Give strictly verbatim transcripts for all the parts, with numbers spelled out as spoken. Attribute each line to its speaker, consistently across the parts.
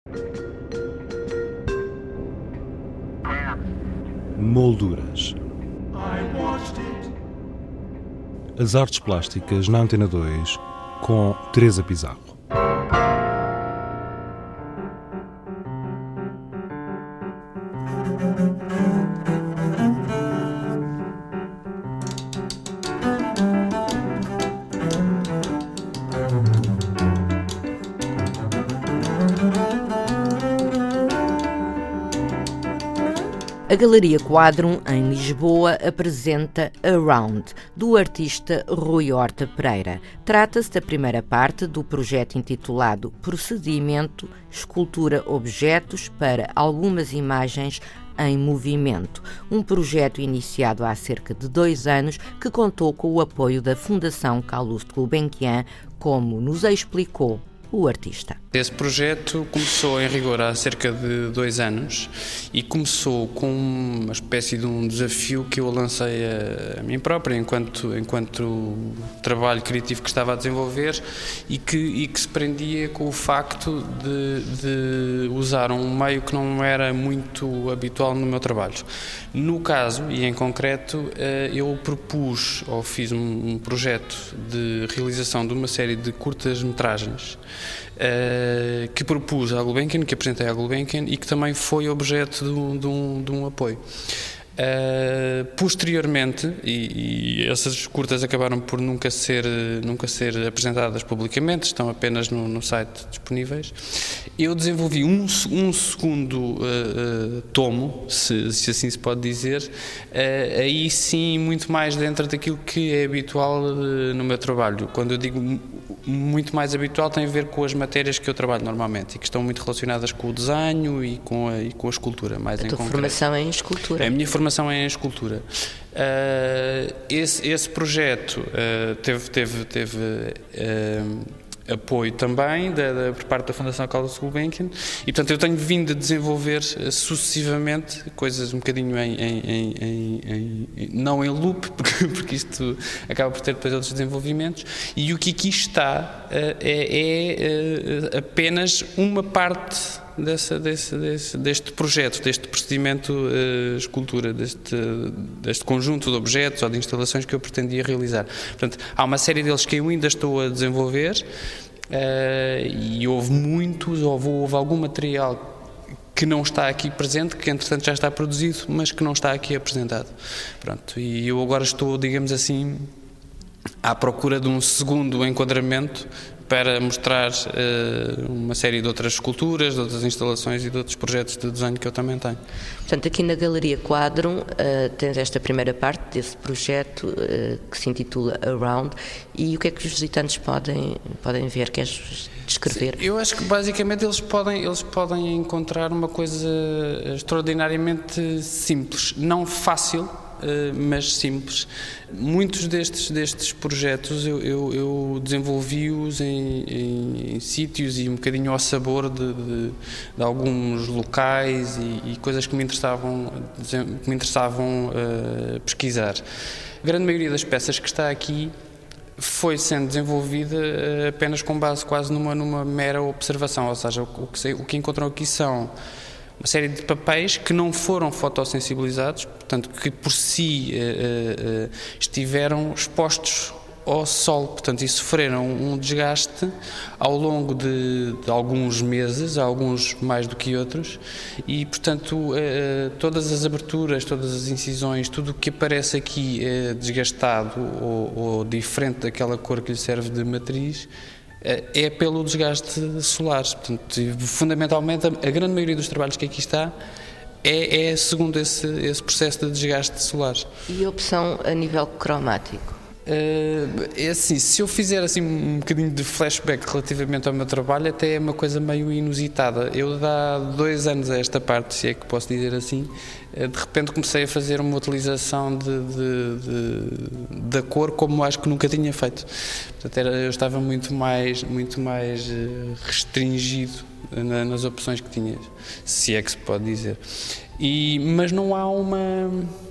Speaker 1: Molduras. As artes plásticas na Antena dois com Teresa Pizarro.
Speaker 2: A Galeria Quadrum, em Lisboa, apresenta Around, do artista Rui Horta Pereira. Trata-se da primeira parte do projeto intitulado Procedimento, Escultura Objetos para algumas imagens em movimento. Um projeto iniciado há cerca de dois anos que contou com o apoio da Fundação Calouste Gulbenkian, como nos explicou o artista.
Speaker 3: Esse projeto começou em rigor há cerca de dois anos e começou com uma espécie de um desafio que eu lancei a mim próprio enquanto, enquanto trabalho criativo que estava a desenvolver e que, e que se prendia com o facto de, de usar um meio que não era muito habitual no meu trabalho. No caso, e em concreto, eu propus ou fiz um projeto de realização de uma série de curtas-metragens Uh, que propus à Gulbenkian, que apresentei à Gulbenkian e que também foi objeto de um, de um, de um apoio. Uh, posteriormente, e, e essas curtas acabaram por nunca ser, nunca ser apresentadas publicamente, estão apenas no, no site disponíveis, eu desenvolvi um, um segundo uh, uh, tomo, se, se assim se pode dizer, uh, aí sim muito mais dentro daquilo que é habitual uh, no meu trabalho. Quando eu digo muito mais habitual, tem a ver com as matérias que eu trabalho normalmente e que estão muito relacionadas com o desenho e com a, e com a escultura. Mais
Speaker 2: a
Speaker 3: em
Speaker 2: tua
Speaker 3: concreto.
Speaker 2: Formação é em escultura?
Speaker 3: A minha formação é em escultura. Uh, esse, esse projeto uh, teve, teve, teve uh, apoio também da, da, por parte da Fundação Calouste Gulbenkian e, portanto, eu tenho vindo a desenvolver uh, sucessivamente coisas um bocadinho em, em, em, em, em não em loop, porque, porque isto acaba por ter depois outros desenvolvimentos, e o que aqui está uh, é, é uh, apenas uma parte Dessa, desse, desse, deste projeto, deste procedimento uh, escultura, deste, deste conjunto de objetos ou de instalações que eu pretendia realizar. Portanto, há uma série deles que eu ainda estou a desenvolver uh, e houve muitos, ou houve algum material que não está aqui presente, que entretanto já está produzido, mas que não está aqui apresentado. Pronto, e eu agora estou, digamos assim, à procura de um segundo enquadramento para mostrar uh, uma série de outras esculturas, de outras instalações e de outros projetos de desenho que eu também tenho.
Speaker 2: Portanto, aqui na Galeria Quadrum uh, tens esta primeira parte desse projeto uh, que se intitula Around, e o que é que os visitantes podem, podem ver? Queres descrever?
Speaker 3: Sim, eu acho que basicamente eles podem, eles podem encontrar uma coisa extraordinariamente simples, não fácil, mas simples. Muitos destes, destes projetos eu, eu, eu desenvolvi-os em, em, em sítios e um bocadinho ao sabor de, de, de alguns locais e, e coisas que me interessavam, que me interessavam uh, pesquisar. A grande maioria das peças que está aqui foi sendo desenvolvida uh, apenas com base quase numa, numa mera observação, ou seja, o, o, que, o que encontram aqui são uma série de papéis que não foram fotossensibilizados, portanto, que por si uh, uh, estiveram expostos ao sol, portanto, e sofreram um desgaste ao longo de, de alguns meses, alguns mais do que outros, e, portanto, uh, todas as aberturas, todas as incisões, tudo o que aparece aqui uh, desgastado ou, ou diferente daquela cor que lhe serve de matriz, é pelo desgaste solar. Portanto, fundamentalmente, a grande maioria dos trabalhos que aqui está é, é segundo esse, esse processo de desgaste solar.
Speaker 2: E a opção a nível cromático?
Speaker 3: Uh, é assim, se eu fizer assim um bocadinho de flashback relativamente ao meu trabalho, até é uma coisa meio inusitada. Eu há dois anos a esta parte, se é que posso dizer assim, de repente comecei a fazer uma utilização de, de, de, da cor como acho que nunca tinha feito. Portanto, era, eu estava muito mais, muito mais restringido na, nas opções que tinha, se é que se pode dizer. E, mas não há uma...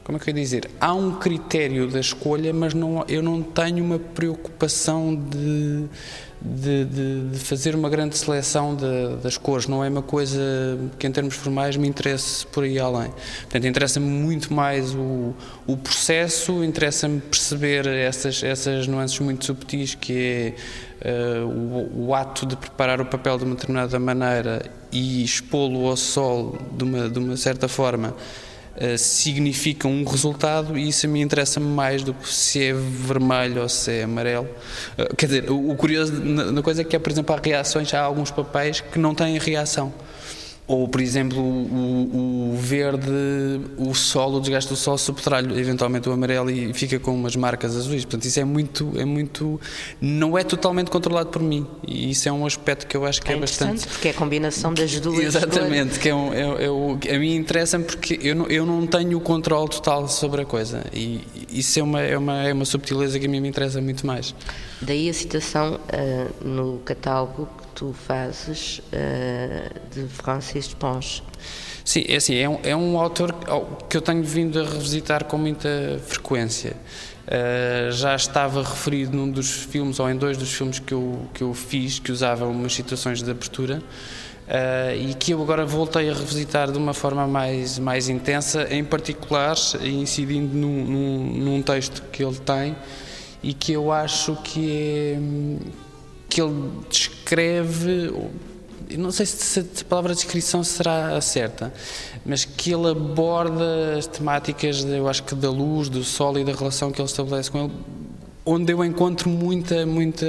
Speaker 3: como é que eu ia dizer? Há um critério da escolha, mas não, eu não tenho uma preocupação de, de, de, de fazer uma grande seleção de, das cores. Não é uma coisa que, em termos formais, me interesse por aí além. Portanto, interessa-me muito mais o, o processo, interessa-me perceber essas, essas nuances muito subtis, que é uh, o, o ato de preparar o papel de uma determinada maneira e expô-lo ao sol de uma, de uma certa forma. Uh, significam um resultado, e isso a mim interessa-me mais do que se é vermelho ou se é amarelo. Uh, quer dizer, o, o curioso na, na coisa é que, é, por exemplo, há reações, há alguns papéis que não têm reação. Ou, por exemplo, o, o verde, o sol, o desgaste do sol subtrai-lhe eventualmente o amarelo e fica com umas marcas azuis. Portanto, isso é muito, é muito, não é totalmente controlado por mim. E isso é um aspecto que eu acho que é,
Speaker 2: é
Speaker 3: bastante...
Speaker 2: porque é a combinação das duas.
Speaker 3: Exatamente, que é um, é, é o, a mim interessa-me porque eu não, eu não tenho o controle total sobre a coisa. E isso é uma, é uma, é uma subtileza que a mim me interessa muito mais.
Speaker 2: Daí a citação uh, no catálogo que tu fazes uh, de Francis Ponge.
Speaker 3: Sim, é assim, é um, é um autor que eu tenho vindo a revisitar com muita frequência. Uh, já estava referido num dos filmes, ou em dois dos filmes que eu, que eu fiz, que usavam umas situações de abertura, uh, e que eu agora voltei a revisitar de uma forma mais, mais intensa, em particular incidindo num, num, num texto que ele tem, e que eu acho que é, que ele descreve, não sei se a palavra descrição será certa, mas que ele aborda as temáticas, de, eu acho que da luz, do sol e da relação que ele estabelece com ele, onde eu encontro muita, muita,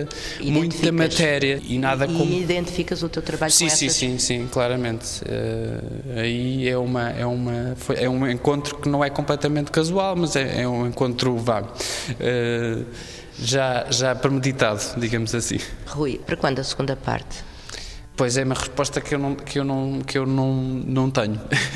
Speaker 3: muita matéria e nada
Speaker 2: e
Speaker 3: como...
Speaker 2: E identificas o teu trabalho
Speaker 3: sim,
Speaker 2: com
Speaker 3: sim,
Speaker 2: essas...
Speaker 3: Sim, sim, sim, claramente. Uh, aí é, uma, é, uma, foi, é um encontro que não é completamente casual, mas é, é um encontro vago. Uh, já, já premeditado, digamos assim.
Speaker 2: Rui, para quando a segunda parte?
Speaker 3: Pois é, uma resposta que eu não, que eu não, que eu não, não tenho.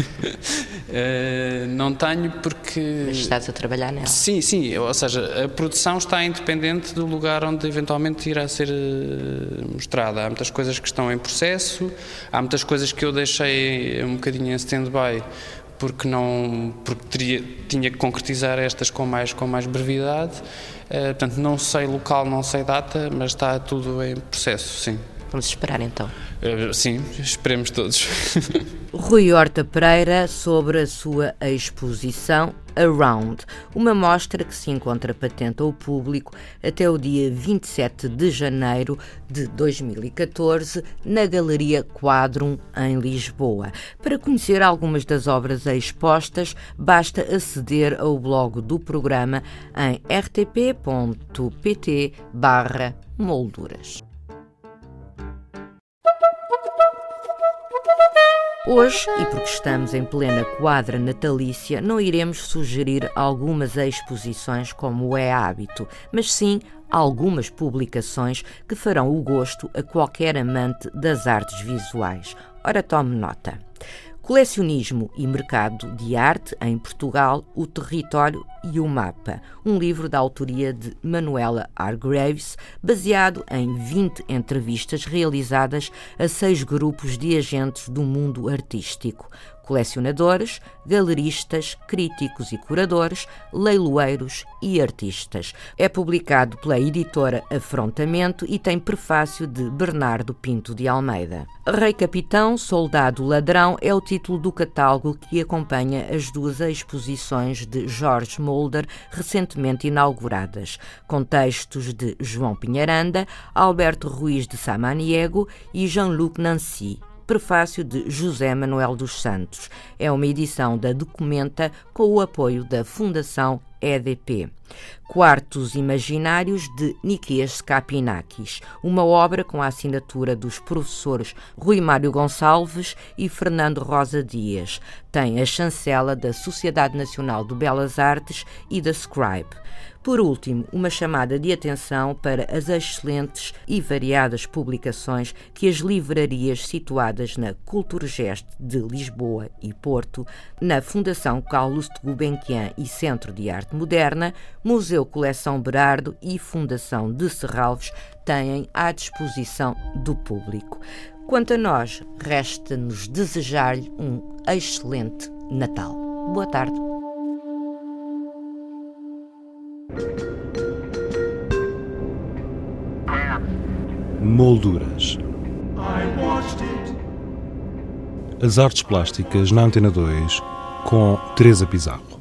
Speaker 3: uh, não tenho porque...
Speaker 2: Mas estás a trabalhar nela?
Speaker 3: Sim, sim, ou seja, a produção está independente do lugar onde eventualmente irá ser uh, mostrada. Há muitas coisas que estão em processo, há muitas coisas que eu deixei um bocadinho em stand-by porque, não, porque teria, tinha que concretizar estas com mais, com mais brevidade. Uh, portanto, não sei local, não sei data, mas está tudo em processo, sim.
Speaker 2: Vamos esperar então.
Speaker 3: Uh, sim, esperemos todos.
Speaker 2: Rui Horta Pereira sobre a sua exposição Around, uma mostra que se encontra patente ao público até o dia vinte e sete de janeiro de dois mil e catorze na Galeria Quadrum, em Lisboa. Para conhecer algumas das obras expostas, basta aceder ao blog do programa em r t p ponto p t barra molduras. Hoje, e porque estamos em plena quadra natalícia, não iremos sugerir algumas exposições como é hábito, mas sim algumas publicações que farão o gosto a qualquer amante das artes visuais. Ora, tome nota. Colecionismo e mercado de arte em Portugal, o território e o mapa. Um livro da autoria de Manuela Hargreaves, baseado em vinte entrevistas realizadas a seis grupos de agentes do mundo artístico. Colecionadores, galeristas, críticos e curadores, leiloeiros e artistas. É publicado pela editora Afrontamento e tem prefácio de Bernardo Pinto de Almeida. Rei Capitão, Soldado Ladrão é o título do catálogo que acompanha as duas exposições de Jorge Mulder recentemente inauguradas, com textos de João Pinharanda, Alberto Ruiz de Samaniego e Jean-Luc Nancy. Prefácio de José Manuel dos Santos. É uma edição da Documenta com o apoio da Fundação E D P. Quartos Imaginários de Nikias Skapinakis, uma obra com a assinatura dos professores Rui Mário Gonçalves e Fernando Rosa Dias. Tem a chancela da Sociedade Nacional de Belas Artes e da Scribe. Por último, uma chamada de atenção para as excelentes e variadas publicações que as livrarias situadas na Culturgest de Lisboa e Porto, na Fundação Carlos de Gulbenkian e Centro de Arte Moderna, Museu Coleção Berardo e Fundação de Serralves têm à disposição do público. Quanto a nós, resta-nos desejar-lhe um excelente Natal. Boa tarde.
Speaker 1: Molduras. As artes plásticas na Antena dois com Teresa Pizarro.